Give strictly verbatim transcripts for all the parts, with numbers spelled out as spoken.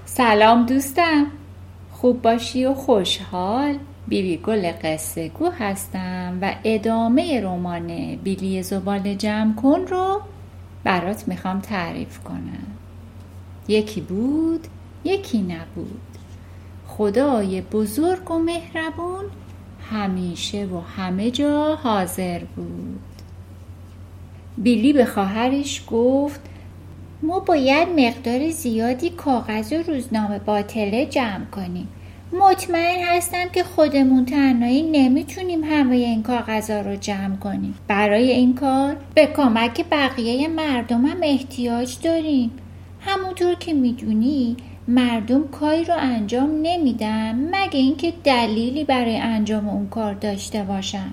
سلام دوستم، خوب باشی و خوشحال. بیبی گل قصه گو هستم و ادامه رمان بیلی زباله جمع کن رو برات میخوام تعریف کنم. یکی بود یکی نبود، خدای بزرگ و مهربون همیشه و همه جا حاضر بود. بیلی به خواهرش گفت ما باید مقدار زیادی کاغذ و روزنامه باطله جمع کنیم. مطمئن هستم که خودمون تنهایی نمیتونیم همه این کاغذها رو جمع کنیم. برای این کار به کمک بقیه مردم هم احتیاج داریم. همونطور که میدونی مردم کاری رو انجام نمیدن مگه اینکه دلیلی برای انجام اون کار داشته باشن.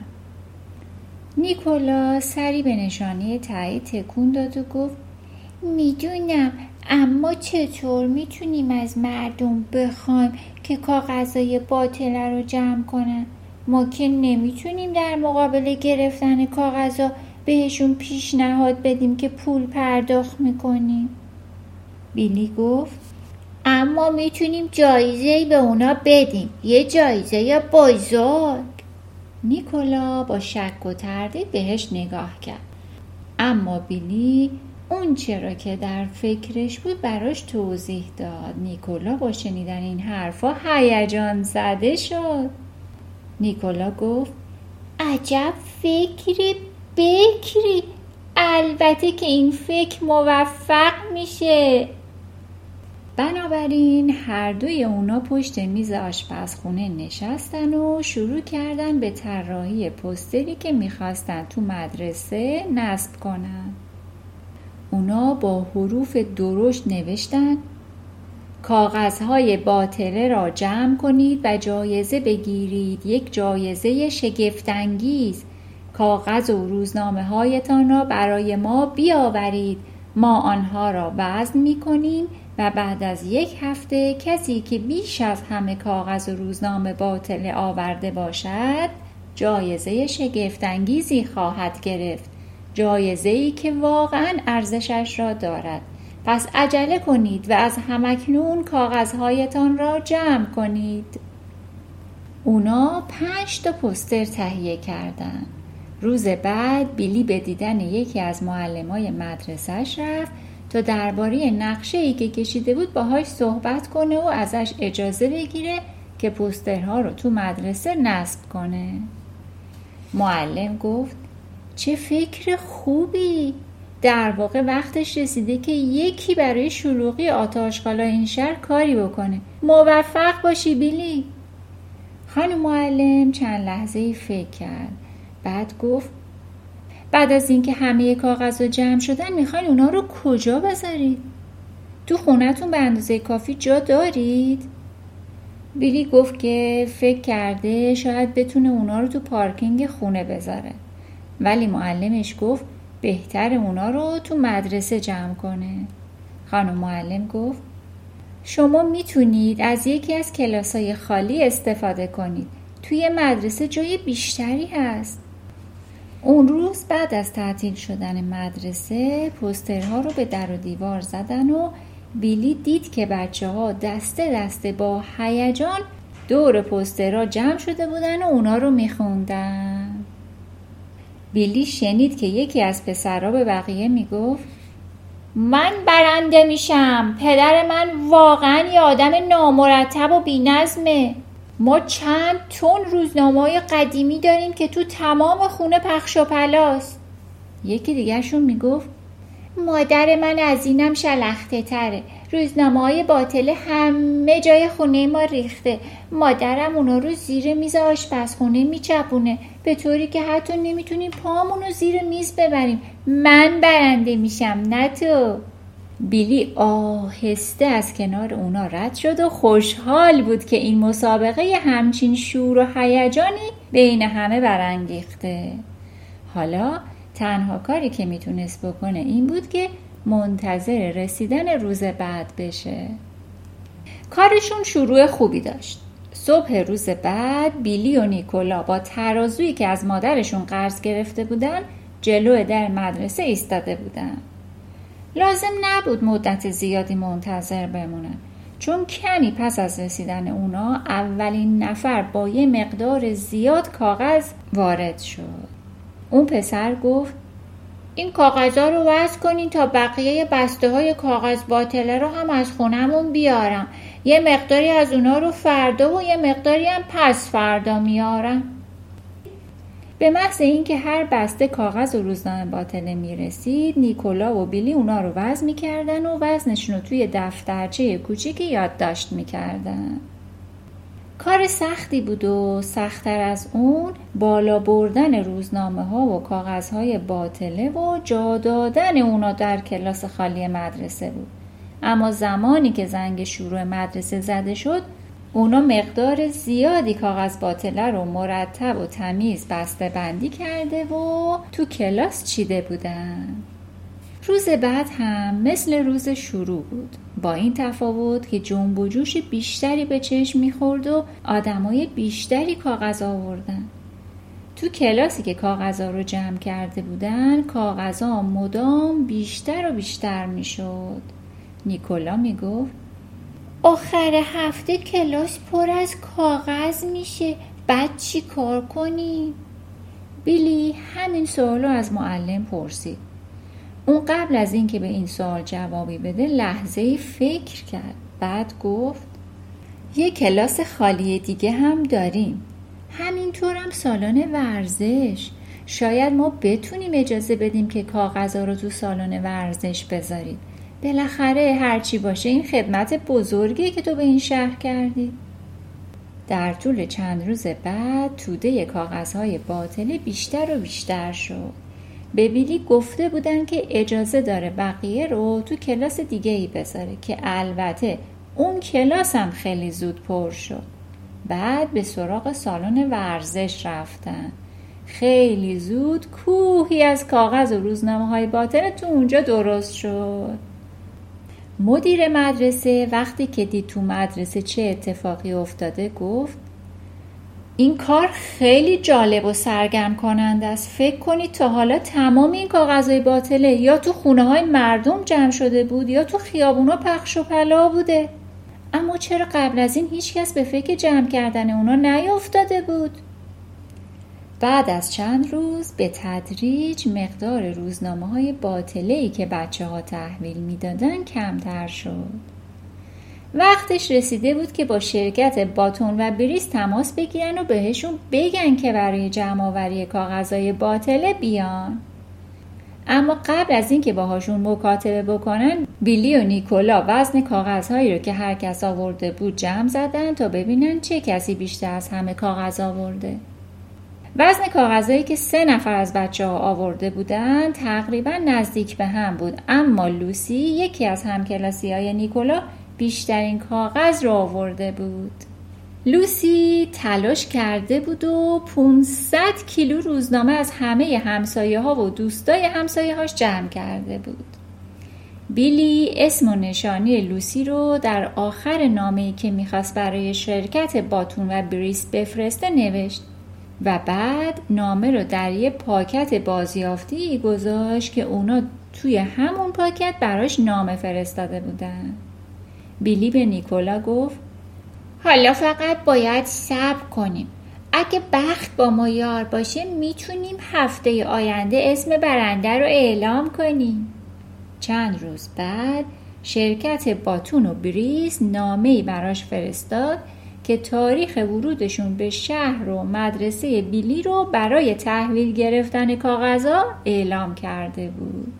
نیکولا سری به نشانه تایید تکون داد و گفت میدونم، اما چطور میتونیم از مردم بخوایم که کاغذهای باطله رو جمع کنن؟ ما که نمیتونیم در مقابل گرفتن کاغذها بهشون پیشنهاد بدیم که پول پرداخت میکنیم. بیلی گفت اما میتونیم جایزه‌ای به اونا بدیم، یه جایزه یا بزرگ. نیکولا با شک و تردید بهش نگاه کرد، اما بیلی اون چرا که در فکرش بود براش توضیح داد. نیکولا با شنیدن این حرفا هیجان زده شد. نیکولا گفت عجب فکری بکری، البته که این فکر موفق میشه. بنابراین هر دوی اونا پشت میز آشپزخونه نشستن و شروع کردن به طراحی پوستری که میخواستن تو مدرسه نصب کنن. اونا با حروف درشت نوشتن کاغذهای باطله را جمع کنید و جایزه بگیرید، یک جایزه شگفت‌انگیز. کاغذ و روزنامه هایتان را برای ما بیاورید، ما آنها را وزن می کنیم و بعد از یک هفته کسی که بیش از همه کاغذ و روزنامه باطله آورده باشد جایزه شگفت‌انگیزی خواهد گرفت، جایزه‌ای که واقعاً ارزشش را دارد. پس عجله کنید و از همکنون کاغذهایتان را جمع کنید. اونا پنج تا پوستر تهیه کردند. روز بعد بیلی به دیدن یکی از معلمای مدرسه‌اش رفت تا درباره نقشه‌ای که کشیده بود باهاش صحبت کنه و ازش اجازه بگیره که پوسترها رو تو مدرسه نصب کنه. معلم گفت چه فکر خوبی، در واقع وقتش رسیده که یکی برای شلوغی آتش‌خالا این شهر کاری بکنه. موفق باشی بیلی. خانم معلم چند لحظه فکر کرد، بعد گفت بعد از اینکه همه کاغذها جمع شدن میخواین اونا رو کجا بذارید؟ تو خونتون به اندازه کافی جا دارید؟ بیلی گفت که فکر کرده شاید بتونه اونا رو تو پارکینگ خونه بذاره، ولی معلمش گفت بهتر اونا رو تو مدرسه جمع کنه. خانم معلم گفت شما میتونید از یکی از کلاسای خالی استفاده کنید، توی مدرسه جای بیشتری هست. اون روز بعد از تعطیل شدن مدرسه پوسترها رو به در و دیوار زدن و بیلی دید که بچه ها دسته دسته با هیجان دور پوسترها جمع شده بودن و اونا رو میخوندن. بیلی شنید که یکی از پسرها به بقیه میگفت من برنده میشم، پدر من واقعا یه آدم نامرتب و بی‌نظمه. ما چند تن روزنامه‌های قدیمی داریم که تو تمام خونه پخش و پلاست. یکی دیگرشون میگفت مادر من از اینم شلخته تره، روزنامه‌های باطله همه جای خونه ما ریخته، مادرم اونا رو زیر میز آشپزخونه میچپونه به طوری که حتی نمیتونیم پامون رو زیر میز ببریم. من برنده میشم نه تو. بیلی آهسته از کنار اونا رد شد و خوشحال بود که این مسابقه همچین شور و هیجانی بین همه برانگیخته. حالا تنها کاری که میتونست بکنه این بود که منتظر رسیدن روز بعد بشه. کارشون شروع خوبی داشت. صبح روز بعد بیلی و نیکولا با ترازویی که از مادرشون قرض گرفته بودن جلو در مدرسه ایستاده بودن. لازم نبود مدت زیادی منتظر بمونن. چون کمی پس از رسیدن اونا اولین نفر با یه مقدار زیاد کاغذ وارد شد. اون پسر گفت این کاغذها رو وزن کنین تا بقیه بسته های کاغذ باطله رو هم از خونمون بیارم. یه مقداری از اونا رو فردا و یه مقداری هم پس فردا میارم. به محض اینکه هر بسته کاغذ و روزنامه باطله میرسید، نیکولا و بیلی اونا رو وزن میکردن و وزنشون رو توی دفترچه کوچیکی یادداشت میکردن. کار سختی بود و سخت‌تر از اون بالا بردن روزنامه ها و کاغذ های باطله و جا دادن اونا در کلاس خالی مدرسه بود. اما زمانی که زنگ شروع مدرسه زده شد، اونا مقدار زیادی کاغذ باطله رو مرتب و تمیز بسته بندی کرده و تو کلاس چیده بودن. روز بعد هم مثل روز شروع بود، با این تفاوت که جنب و جوش بیشتری به چشم میخورد و آدمای بیشتری کاغذ آوردن. تو کلاسی که کاغذا رو جمع کرده بودن، کاغذا مدام بیشتر و بیشتر میشد. نیکولا میگفت آخر هفته کلاس پر از کاغذ میشه، بعد چی کار کنی؟ بیلی همین سوالو از معلم پرسید. اون قبل از اینکه به این سوال جوابی بده لحظه‌ای فکر کرد. بعد گفت یه کلاس خالی دیگه هم داریم، همینطورم سالن ورزش. شاید ما بتونیم اجازه بدیم که کاغذها رو تو سالن ورزش بذارید. بالاخره هرچی باشه این خدمت بزرگی که تو به این شهر کردی. در طول چند روز بعد توده کاغذهای باطله بیشتر و بیشتر شد. به بیلی گفته بودن که اجازه داره بقیه رو تو کلاس دیگه ای بذاره که البته اون کلاس هم خیلی زود پر شد. بعد به سراغ سالن ورزش رفتن. خیلی زود کوهی از کاغذ و روزنامه های باطل تو اونجا درست شد. مدیر مدرسه وقتی که دید تو مدرسه چه اتفاقی افتاده گفت این کار خیلی جالب و سرگرم کننده است. فکر کنید تا حالا تمام این کاغذهای باطله یا تو خونه های مردم جمع شده بود یا تو خیابونا پخش و پلا بوده. اما چرا قبل از این هیچ کس به فکر جمع کردن اونا نیافتاده بود؟ بعد از چند روز به تدریج مقدار روزنامه های باطله‌ای که بچه ها تحویل می دادن کمتر شد. وقتش رسیده بود که با شرکت باتون و بریس تماس بگیرن و بهشون بگن که برای جمع آوری کاغذهای باطله بیان. اما قبل از این که باهاشون مکاتبه بکنن، بیلی و نیکولا وزن کاغذهایی رو که هر کس آورده بود جمع زدن تا ببینن چه کسی بیشتر از همه کاغذ آورده. وزن کاغذهایی که سه نفر از بچه ها آورده بودن تقریبا نزدیک به هم بود، اما لوسی یکی از همکلاسی های نیکولا بیشترین کاغذ رو آورده بود. لوسی تلاش کرده بود و پانصد کیلو روزنامه از همه همسایه ها و دوستای همسایه هاش جمع کرده بود. بیلی اسم و نشانی لوسی رو در آخر نامه‌ای که میخواست برای شرکت باتون و بریس بفرسته نوشت و بعد نامه رو در یه پاکت بازیافتی گذاشت که اونا توی همون پاکت براش نامه فرستاده بودن. بیلی به نیکولا گفت حالا فقط باید صبر کنیم. اگه بخت با ما یار باشه میتونیم هفته آینده اسم برنده رو اعلام کنیم. چند روز بعد شرکت باتون و بریس نامه‌ای براش فرستاد که تاریخ ورودشون به شهر و مدرسه بیلی رو برای تحویل گرفتن کاغذها اعلام کرده بود.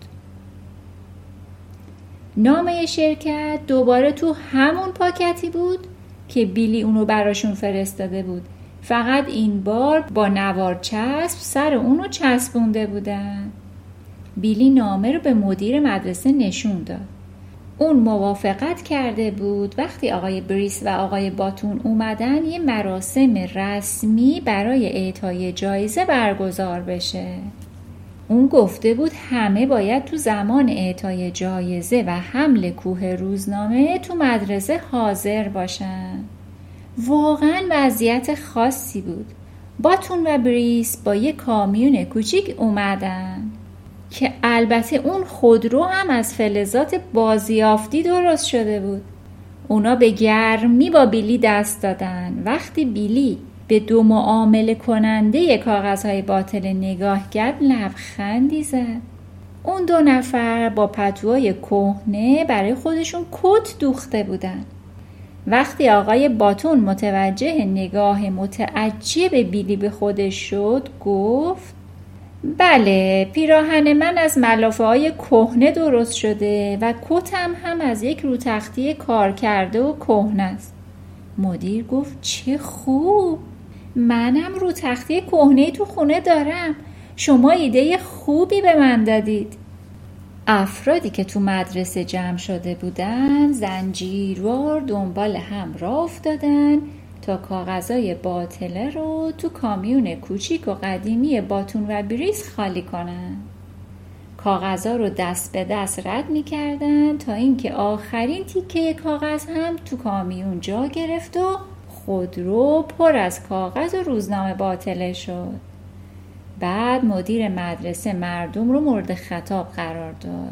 نامه شرکت دوباره تو همون پاکتی بود که بیلی اونو براشون فرستاده بود، فقط این بار با نوار چسب سر اونو چسبونده بودن. بیلی نامه رو به مدیر مدرسه نشون داد. اون موافقت کرده بود وقتی آقای بریس و آقای باتون اومدن یه مراسم رسمی برای اعطای جایزه برگزار بشه. اون گفته بود همه باید تو زمان اعطای جایزه و حمل کوه روزنامه تو مدرسه حاضر باشن. واقعا وضعیت خاصی بود. باتون و بریس با یه کامیون کوچیک اومدن که البته اون خودرو هم از فلزات بازیافتی درست شده بود. اونا به گرمی با بیلی دست دادن. وقتی بیلی به دو معامله کننده کاغذهای باطل نگاه کرد لبخندی زد. اون دو نفر با پتوهای کهنه برای خودشون کت دوخته بودن. وقتی آقای باتون متوجه نگاه متعجب بیلی به خودش شد گفت بله، پیراهن من از ملافه های کهنه درست شده و کتم هم از یک روتختی کار کرده و کهنه است. مدیر گفت چه خوب، منم روتختی کهنه تو خونه دارم. شما ایده خوبی به من دادید. افرادی که تو مدرسه جمع شده بودن زنجیروار دنبال هم راه افتادن تا کاغذای باطله رو تو کامیون کوچیک و قدیمی باتون و بریس خالی کنن. کاغذا رو دست به دست رد می کردن تا اینکه آخرین تیکه کاغذ هم تو کامیون جا گرفت و خودرو پر از کاغذ و روزنامه باطله شد. بعد مدیر مدرسه مردم رو مورد خطاب قرار داد.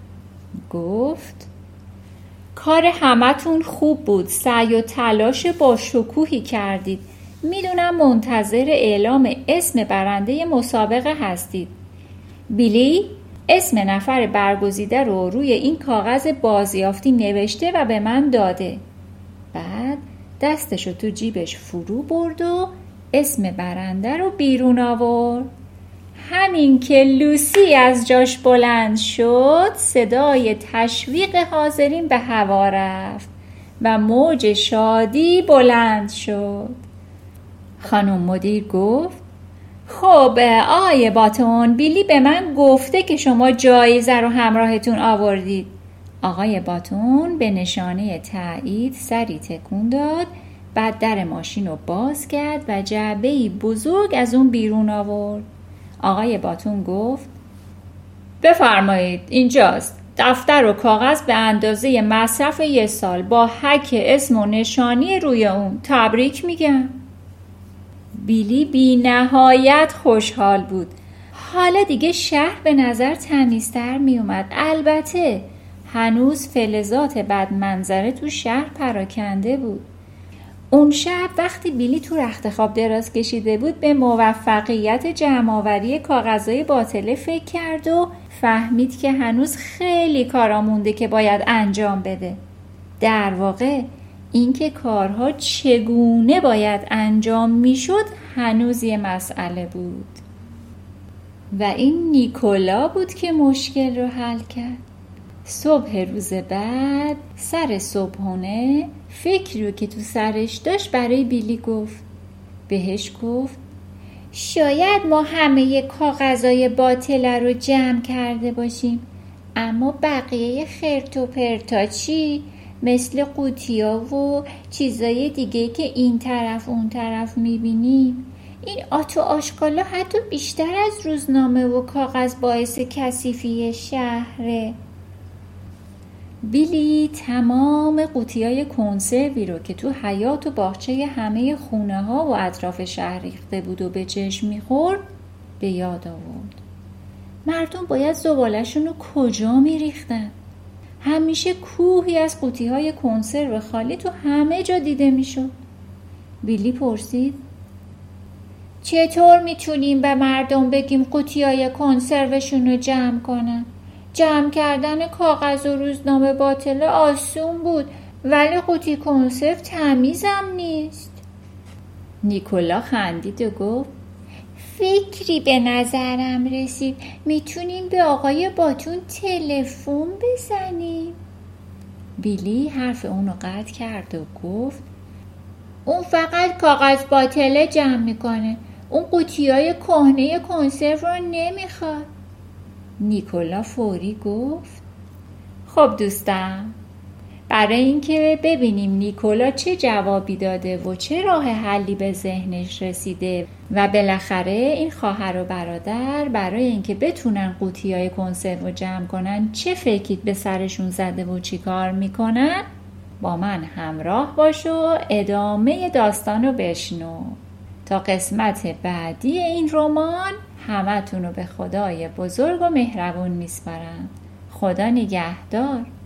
گفت کار همتون خوب بود، سعی و تلاش با شکوهی کردید. میدونم منتظر اعلام اسم برنده مسابقه هستید. بیلی اسم نفر برگزیده رو روی این کاغذ بازیافتی نوشته و به من داده. بعد دستشو تو جیبش فرو برد و اسم برنده رو بیرون آورد. همین که لوسی از جاش بلند شد صدای تشویق حاضرین به هوا رفت و موج شادی بلند شد. خانم مدیر گفت خب آقای باتون، بیلی به من گفته که شما جایزه رو همراهتون آوردید. آقای باتون به نشانه تایید سری تکون داد. بعد در ماشین رو باز کرد و جعبه‌ای بزرگ از اون بیرون آورد. آقای باتون گفت بفرمایید اینجاست. دفتر و کاغذ به اندازه مصرف یه سال با حک اسم و نشانی روی اون. تبریک میگم. بیلی بی نهایت خوشحال بود. حالا دیگه شهر به نظر تمیزتر می اومد. البته هنوز فلزات بد منظره تو شهر پراکنده بود. اون شب وقتی بیلی تو رخت خواب دراز کشیده بود به موفقیت جمع‌آوری کاغذهای باطله فکر کرد و فهمید که هنوز خیلی کارا مونده که باید انجام بده. در واقع اینکه کارها چگونه باید انجام میشد هنوز یه مسئله بود. و این نیکولا بود که مشکل رو حل کرد. صبح روز بعد سر صبحونه فکری رو که تو سرش داشت برای بیلی گفت. بهش گفت شاید ما همه کاغذهای باطله رو جمع کرده باشیم، اما بقیه خرت و پرتا چی؟ مثل قوطیا و چیزای دیگه که این طرف اون طرف میبینیم. این آت و آشغالا حتی بیشتر از روزنامه و کاغذ باعث کثیفی شهره. بیلی تمام قوطیای کنسروی رو که تو حیاط و باغچه همه خونه ها و اطراف شهر ریخته بود و به چشم میخورد به یاد آورد. مردم باید زباله‌شون رو کجا میریختن؟ همیشه کوهی از قوطی‌های کنسرو خالی تو همه جا دیده میشد. بیلی پرسید چطور میتونیم به مردم بگیم قوطی‌های کنسروشون رو جمع کنن؟ جمع کردن کاغذ و روزنامه باطله آسون بود، ولی قوطی کنسرو تمیزم نیست. نیکولا خندید و گفت فکری به نظرم رسید، میتونیم به آقای باتون تلفن بزنیم. بیلی حرف اونو قطع کرد و گفت اون فقط کاغذ باطله جمع میکنه، اون قوطیای کهنه کنسرو رو نمیخواد. نیکولا فوری گفت خب دوستم، برای اینکه ببینیم نیکولا چه جوابی داده و چه راه حلی به ذهنش رسیده و بالاخره این خواهر و برادر برای اینکه بتونن قوطیای کنسرو رو جمع کنن چه فکری به سرشون زده و چی کار میکنن، با من همراه باش و ادامه داستان رو بشنو. تا قسمت بعدی این رمان همتون رو به خدای بزرگ و مهربون میسپارم. خدا نگهدار.